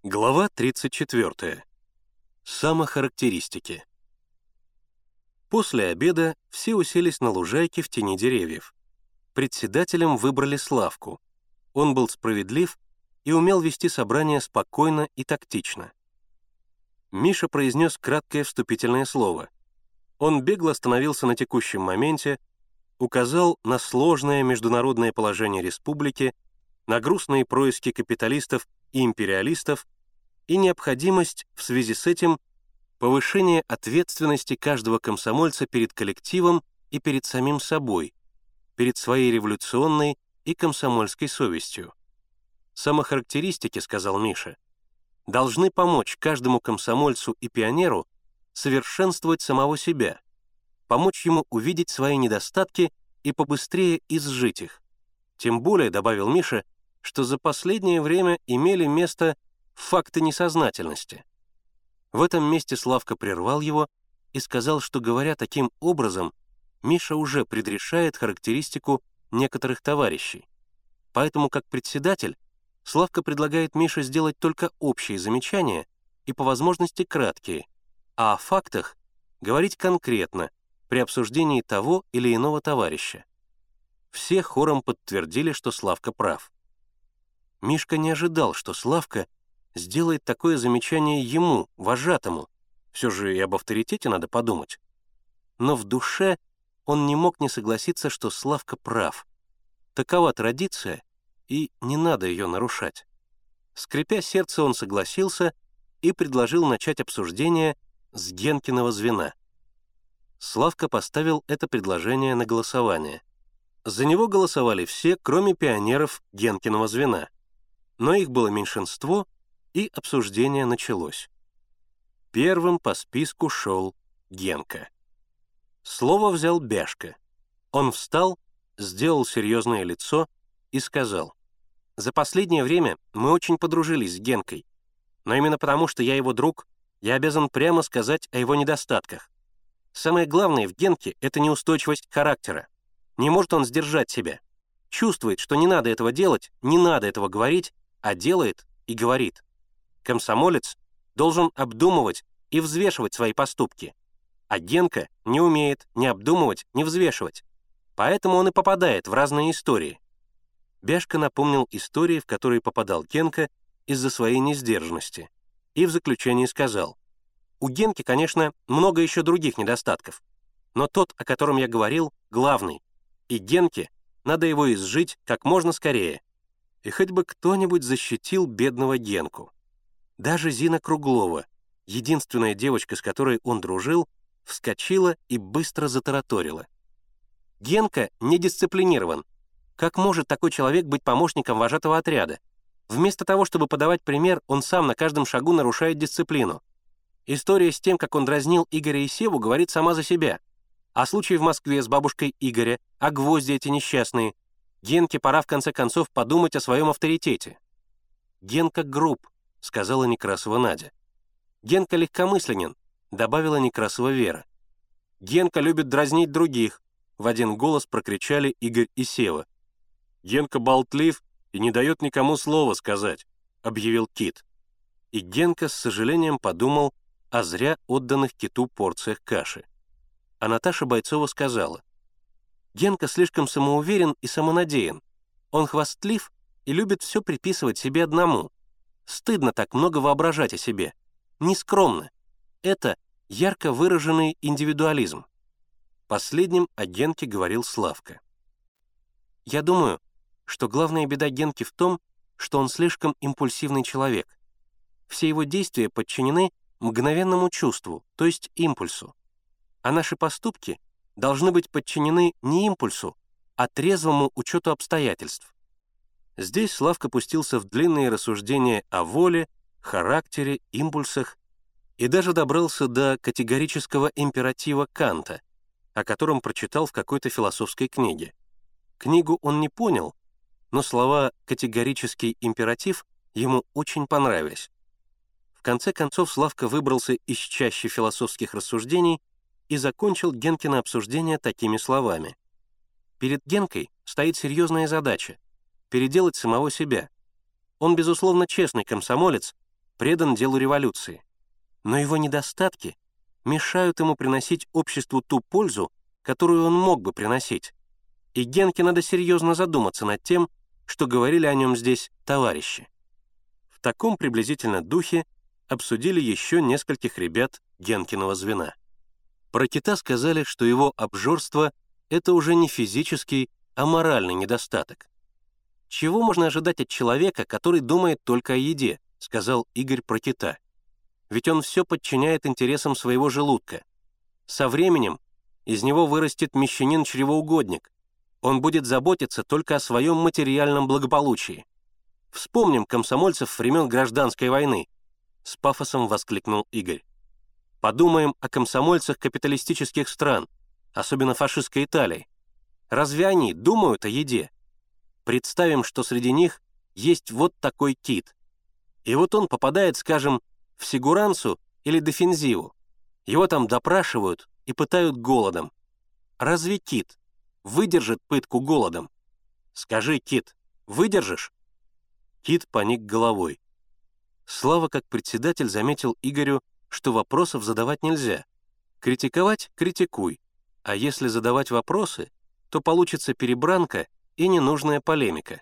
Глава 34. Самохарактеристики. После обеда все уселись на лужайке в тени деревьев. Председателем выбрали Славку. Он был справедлив и умел вести собрание спокойно и тактично. Миша произнес краткое вступительное слово. Он бегло остановился на текущем моменте, указал на сложное международное положение республики, на грустные происки капиталистов и империалистов и необходимость в связи с этим повышения ответственности каждого комсомольца перед коллективом и перед самим собой, перед своей революционной и комсомольской совестью. «Самохарактеристики, — сказал Миша, — должны помочь каждому комсомольцу и пионеру совершенствовать самого себя, помочь ему увидеть свои недостатки и побыстрее изжить их. Тем более, — добавил Миша, — что за последнее время имели место факты несознательности». В этом месте Славка прервал его и сказал, что, говоря таким образом, Миша уже предрешает характеристику некоторых товарищей. Поэтому, как председатель, Славка предлагает Мише сделать только общие замечания и, по возможности, краткие, а о фактах говорить конкретно при обсуждении того или иного товарища. Все хором подтвердили, что Славка прав. Мишка не ожидал, что Славка сделает такое замечание ему, вожатому. Все же и об авторитете надо подумать. Но в душе он не мог не согласиться, что Славка прав. Такова традиция, и не надо ее нарушать. Скрипя сердце, он согласился и предложил начать обсуждение с Генкиного звена. Славка поставил это предложение на голосование. За него голосовали все, кроме пионеров Генкиного звена. Но их было меньшинство, и обсуждение началось. Первым по списку шел Генка. Слово взял Бяшка. Он встал, сделал серьезное лицо и сказал: «За последнее время мы очень подружились с Генкой, но именно потому, что я его друг, я обязан прямо сказать о его недостатках. Самое главное в Генке — это неустойчивость характера. Не может он сдержать себя. Чувствует, что не надо этого делать, не надо этого говорить, а делает и говорит. Комсомолец должен обдумывать и взвешивать свои поступки. А Генка не умеет ни обдумывать, ни взвешивать. Поэтому он и попадает в разные истории». Бяшка напомнил истории, в которые попадал Генка из-за своей несдержанности, и в заключении сказал: «У Генки, конечно, много еще других недостатков, но тот, о котором я говорил, главный, и Генке надо его изжить как можно скорее. И хоть бы кто-нибудь защитил бедного Генку». Даже Зина Круглова, единственная девочка, с которой он дружил, вскочила и быстро затараторила: «Генка недисциплинирован. Как может такой человек быть помощником вожатого отряда? Вместо того, чтобы подавать пример, он сам на каждом шагу нарушает дисциплину. История с тем, как он дразнил Игоря и Севу, говорит сама за себя. А случай в Москве с бабушкой Игоря, а гвозди эти несчастные. Генке пора в конце концов подумать о своем авторитете». «Генка груб», — сказала Некрасова Надя. «Генка легкомысленен», — добавила Некрасова Вера. «Генка любит дразнить других», — в один голос прокричали Игорь и Сева. «Генка болтлив и не дает никому слова сказать», — объявил Кит. И Генка с сожалением подумал о зря отданных Киту порциях каши. А Наташа Бойцова сказала: «Генка слишком самоуверен и самонадеян. Он хвастлив и любит все приписывать себе одному. Стыдно так много воображать о себе. Нескромно. Это ярко выраженный индивидуализм». Последним о Генке говорил Славка. «Я думаю, что главная беда Генки в том, что он слишком импульсивный человек. Все его действия подчинены мгновенному чувству, то есть импульсу. А наши поступки должны быть подчинены не импульсу, а трезвому учету обстоятельств». Здесь Славка пустился в длинные рассуждения о воле, характере, импульсах и даже добрался до категорического императива Канта, о котором прочитал в какой-то философской книге. Книгу он не понял, но слова «категорический императив» ему очень понравились. В конце концов Славка выбрался из чащи философских рассуждений и закончил Генкино обсуждение такими словами: «Перед Генкой стоит серьезная задача — переделать самого себя. Он, безусловно, честный комсомолец, предан делу революции. Но его недостатки мешают ему приносить обществу ту пользу, которую он мог бы приносить. И Генке надо серьезно задуматься над тем, что говорили о нем здесь товарищи. В таком приблизительно духе обсудили еще нескольких ребят Генкиного звена. Про Кита сказали, что его обжорство — это уже не физический, а моральный недостаток. «Чего можно ожидать от человека, который думает только о еде?» — сказал Игорь про Кита. «Ведь он все подчиняет интересам своего желудка. Со временем из него вырастет мещанин-чревоугодник. Он будет заботиться только о своем материальном благополучии. Вспомним комсомольцев времен Гражданской войны», — с пафосом воскликнул Игорь. «Подумаем о комсомольцах капиталистических стран, особенно фашистской Италии. Разве они думают о еде? Представим, что среди них есть вот такой Кит. И вот он попадает, скажем, в Сигурансу или Дефензиву. Его там допрашивают и пытают голодом. Разве Кит выдержит пытку голодом? Скажи, Кит, выдержишь?» Кит поник головой. Слава, как председатель, заметил Игорю, что вопросов задавать нельзя. Критиковать — критикуй, а если задавать вопросы, то получится перебранка и ненужная полемика.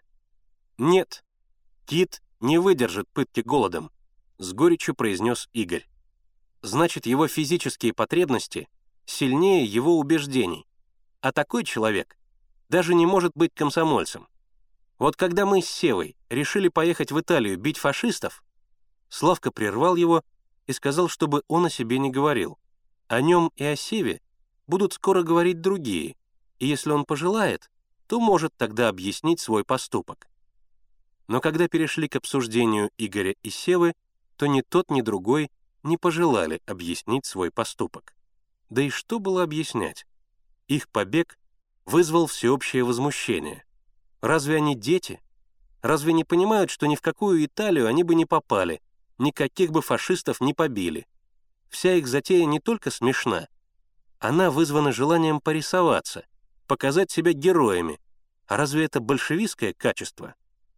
«Нет, Кит не выдержит пытки голодом», — с горечью произнес Игорь. «Значит, его физические потребности сильнее его убеждений, а такой человек даже не может быть комсомольцем. Вот когда мы с Севой решили поехать в Италию бить фашистов», Славка прервал его и сказал, чтобы он о себе не говорил. О нем и о Севе будут скоро говорить другие, и если он пожелает, то может тогда объяснить свой поступок. Но когда перешли к обсуждению Игоря и Севы, то ни тот, ни другой не пожелали объяснить свой поступок. Да и что было объяснять? Их побег вызвал всеобщее возмущение. Разве они дети? Разве не понимают, что ни в какую Италию они бы не попали, никаких бы фашистов не побили? Вся их затея не только смешна, она вызвана желанием порисоваться, показать себя героями. А разве это большевистское качество?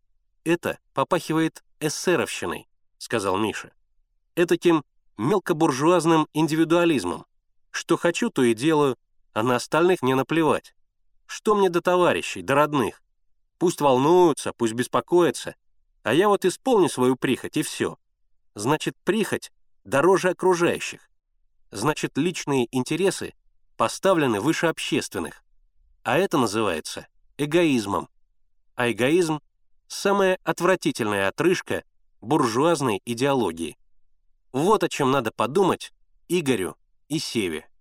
«Это попахивает эсеровщиной», — сказал Миша. «Этаким мелкобуржуазным индивидуализмом. Что хочу, то и делаю, а на остальных мне наплевать. Что мне до товарищей, до родных? Пусть волнуются, пусть беспокоятся, а я вот исполню свою прихоть, и все. Значит, прихоть дороже окружающих. Значит, личные интересы поставлены выше общественных. А это называется эгоизмом. А эгоизм — самая отвратительная отрыжка буржуазной идеологии. Вот о чем надо подумать Игорю и Севе.